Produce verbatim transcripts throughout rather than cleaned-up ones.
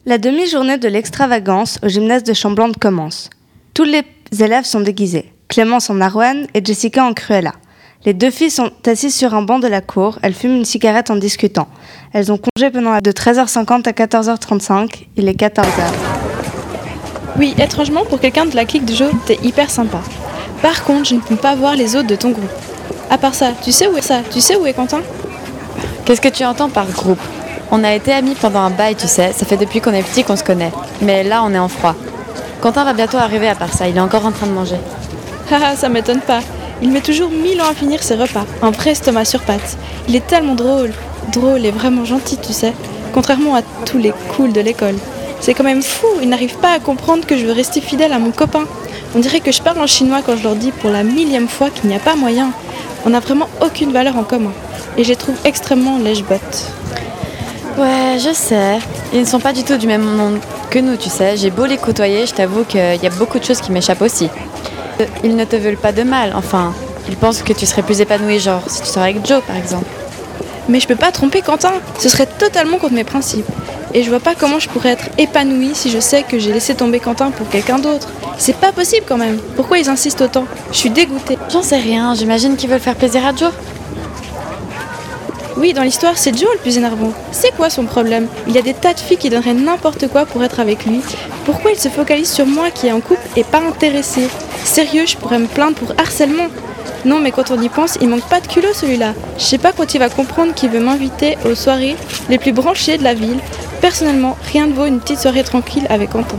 La demi-journée de l'extravagance au gymnase de Chamblande commence. Tous les élèves sont déguisés. Clémence en Arwen et Jessica en Cruella. Les deux filles sont assises sur un banc de la cour. Elles fument une cigarette en discutant. Elles ont congé pendant de treize heures cinquante à quatorze heures trente-cinq. Il est quatorze heures. Oui, étrangement, pour quelqu'un de la clique de Joe, t'es hyper sympa. Par contre, je ne peux pas voir les autres de ton groupe. À part ça, tu sais où est ça Tu sais où est Quentin? Qu'est-ce que tu entends par groupe? On a été amis pendant un bail, tu sais. Ça fait depuis qu'on est petit qu'on se connaît. Mais là, on est en froid. Quentin va bientôt arriver à part ça. Il est encore en train de manger. Haha, ça m'étonne pas. Il met toujours mille ans à finir ses repas. Un vrai estomac sur pattes. Il est tellement drôle. Drôle et vraiment gentil, tu sais. Contrairement à tous les cools de l'école. C'est quand même fou. Il n'arrive pas à comprendre que je veux rester fidèle à mon copain. On dirait que je parle en chinois quand je leur dis pour la millième fois qu'il n'y a pas moyen. On n'a vraiment aucune valeur en commun. Et je les trouve extrêmement lèche-bottes. Ouais, je sais. Ils ne sont pas du tout du même monde que nous, tu sais. J'ai beau les côtoyer, je t'avoue qu'il y a beaucoup de choses qui m'échappent aussi. Ils ne te veulent pas de mal, enfin. Ils pensent que tu serais plus épanouie, genre si tu sors avec Joe, par exemple. Mais je peux pas tromper Quentin. Ce serait totalement contre mes principes. Et je vois pas comment je pourrais être épanouie si je sais que j'ai laissé tomber Quentin pour quelqu'un d'autre. C'est pas possible quand même. Pourquoi ils insistent autant? Je suis dégoûtée. J'en sais rien, j'imagine qu'ils veulent faire plaisir à Joe. Oui, dans l'histoire, c'est Joe le plus énervant. C'est quoi son problème? Il y a des tas de filles qui donneraient n'importe quoi pour être avec lui. Pourquoi il se focalise sur moi qui est en couple et pas intéressé? Sérieux, je pourrais me plaindre pour harcèlement. Non, mais quand on y pense, il manque pas de culot celui-là. Je sais pas quand il va comprendre qu'il veut m'inviter aux soirées les plus branchées de la ville. Personnellement, rien ne vaut une petite soirée tranquille avec Quentin.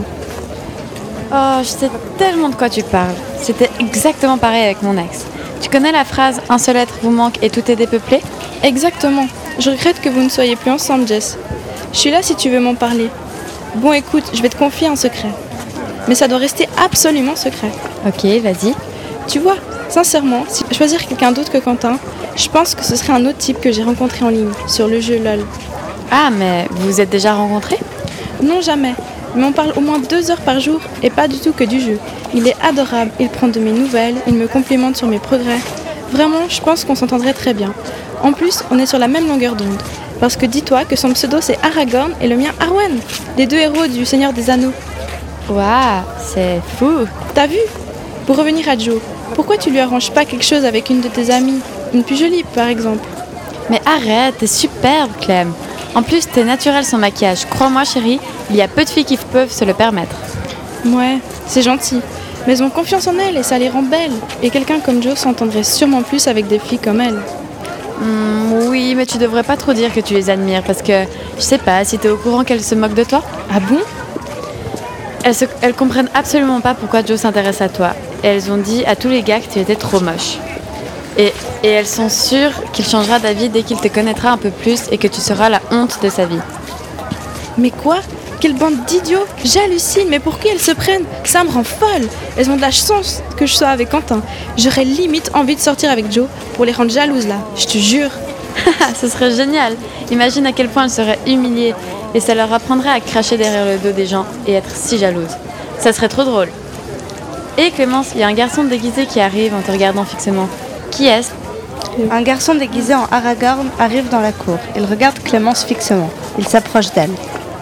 Oh, je sais tellement de quoi tu parles. C'était exactement pareil avec mon ex. Tu connais la phrase « un seul être vous manque et tout est dépeuplé » ? Exactement. Je regrette que vous ne soyez plus ensemble, Jess. Je suis là si tu veux m'en parler. Bon, écoute, je vais te confier un secret. Mais ça doit rester absolument secret. Ok, vas-y. Tu vois, sincèrement, si choisir quelqu'un d'autre que Quentin, je pense que ce serait un autre type que j'ai rencontré en ligne, sur le jeu LOL. Ah, mais vous vous êtes déjà rencontrés ? Non, jamais. Mais on parle au moins deux heures par jour et pas du tout que du jeu. Il est adorable, il prend de mes nouvelles, il me complimente sur mes progrès. Vraiment, je pense qu'on s'entendrait très bien. En plus, on est sur la même longueur d'onde. Parce que dis-toi que son pseudo c'est Aragorn et le mien Arwen, les deux héros du Seigneur des Anneaux. Waouh, c'est fou. T'as vu? Pour revenir à Joe, pourquoi tu lui arranges pas quelque chose avec une de tes amies? Une plus jolie, par exemple. Mais arrête, t'es superbe, Clem. En plus, t'es naturelle sans maquillage. Crois-moi, chérie, il y a peu de filles qui peuvent se le permettre. Ouais, c'est gentil. Mais elles ont confiance en elles et ça les rend belles. Et quelqu'un comme Joe s'entendrait sûrement plus avec des filles comme elle. Mmh, oui, mais tu devrais pas trop dire que tu les admires parce que, je sais pas, si t'es au courant qu'elles se moquent de toi. Ah bon? Elles, se, elles comprennent absolument pas pourquoi Joe s'intéresse à toi. Et elles ont dit à tous les gars que tu étais trop moche. Et, et elles sont sûres qu'il changera d'avis dès qu'il te connaîtra un peu plus et que tu seras la honte de sa vie. Mais quoi? Quelle bande d'idiots! J'hallucine, mais pour qui elles se prennent? Ça me rend folle! Elles ont de la chance que je sois avec Quentin. J'aurais limite envie de sortir avec Joe pour les rendre jalouses là, je te jure. Ce serait génial! Imagine à quel point elles seraient humiliées et ça leur apprendrait à cracher derrière le dos des gens et être si jalouses. Ça serait trop drôle. Et Clémence, il y a un garçon déguisé qui arrive en te regardant fixement. Qui est-ce? Un garçon déguisé en Aragorn arrive dans la cour. Il regarde Clémence fixement. Il s'approche d'elle.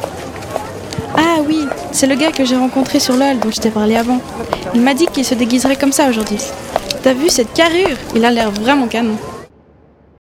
Ah oui, c'est le gars que j'ai rencontré sur LOL dont je t'ai parlé avant. Il m'a dit qu'il se déguiserait comme ça aujourd'hui. T'as vu cette carrure? Il a l'air vraiment canon.